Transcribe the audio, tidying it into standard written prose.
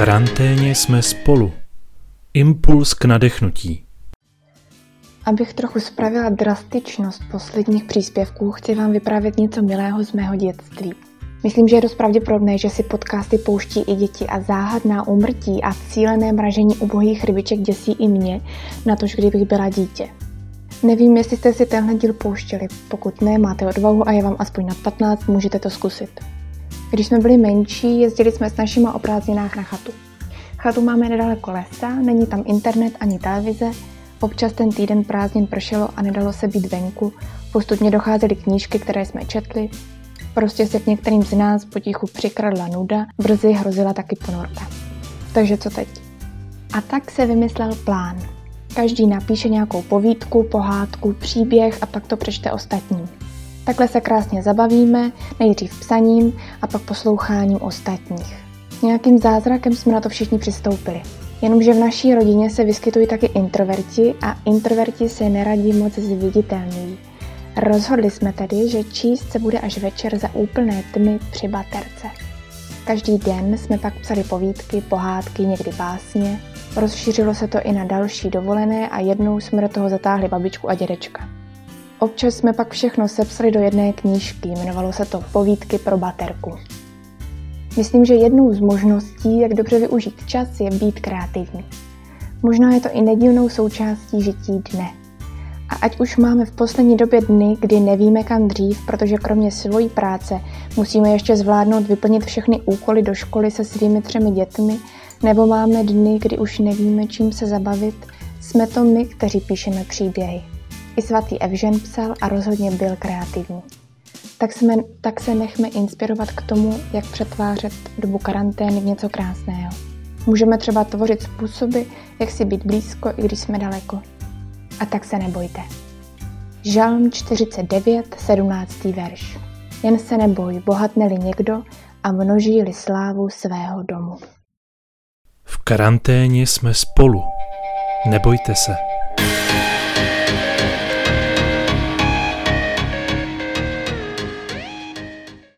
karanténě jsme spolu. Impuls k nadechnutí. Abych trochu spravila drastičnost posledních příspěvků, chci vám vyprávět něco milého z mého dětství. Myslím, že je dost pravděpodobné, že si podcasty pouští i děti a záhadná úmrtí a cílené mražení ubohých rybiček děsí i mě, natož kdybych byla dítě. Nevím, jestli jste si tenhle díl pouštěli, pokud ne, máte odvahu a je vám aspoň nad 15, můžete to zkusit. Když jsme byli menší, jezdili jsme s našima o prázdninách na chatu. Chatu máme nedaleko lesa, není tam internet ani televize, občas ten týden prázdnin pršelo a nedalo se být venku, postupně docházely knížky, které jsme četli, prostě se k některým z nás potichu přikradla nuda, brzy hrozila taky ponorka. Takže co teď? A tak se vymyslel plán. Každý napíše nějakou povídku, pohádku, příběh a pak to přečte ostatním. Takhle se krásně zabavíme, nejdřív psaním a pak posloucháním ostatních. Nějakým zázrakem jsme na to všichni přistoupili. Jenomže v naší rodině se vyskytují taky introverti a introverti se neradí moc zviditelňují. Rozhodli jsme tedy, že číst se bude až večer za úplné tmy při baterce. Každý den jsme pak psali povídky, pohádky, někdy básně. Rozšířilo se to i na další dovolené a jednou jsme do toho zatáhli babičku a dědečka. Občas jsme pak všechno sepsali do jedné knížky, jmenovalo se to Povídky pro baterku. Myslím, že jednou z možností, jak dobře využít čas, je být kreativní. Možná je to i nedílnou součástí žití dne. A ať už máme v poslední době dny, kdy nevíme kam dřív, protože kromě svojí práce musíme ještě zvládnout vyplnit všechny úkoly do školy se svými 3 dětmi, nebo máme dny, kdy už nevíme, čím se zabavit, jsme to my, kteří píšeme příběhy. I svatý Evžen psal a rozhodně byl kreativní. Tak se nechme inspirovat k tomu, jak přetvářet dobu karantény v něco krásného. Můžeme třeba tvořit způsoby, jak si být blízko, i když jsme daleko. A tak se nebojte. Žalm 49, 17. verš. Jen se neboj, bohatne-li někdo a množí-li slávu svého domu. V karanténě jsme spolu. Nebojte se.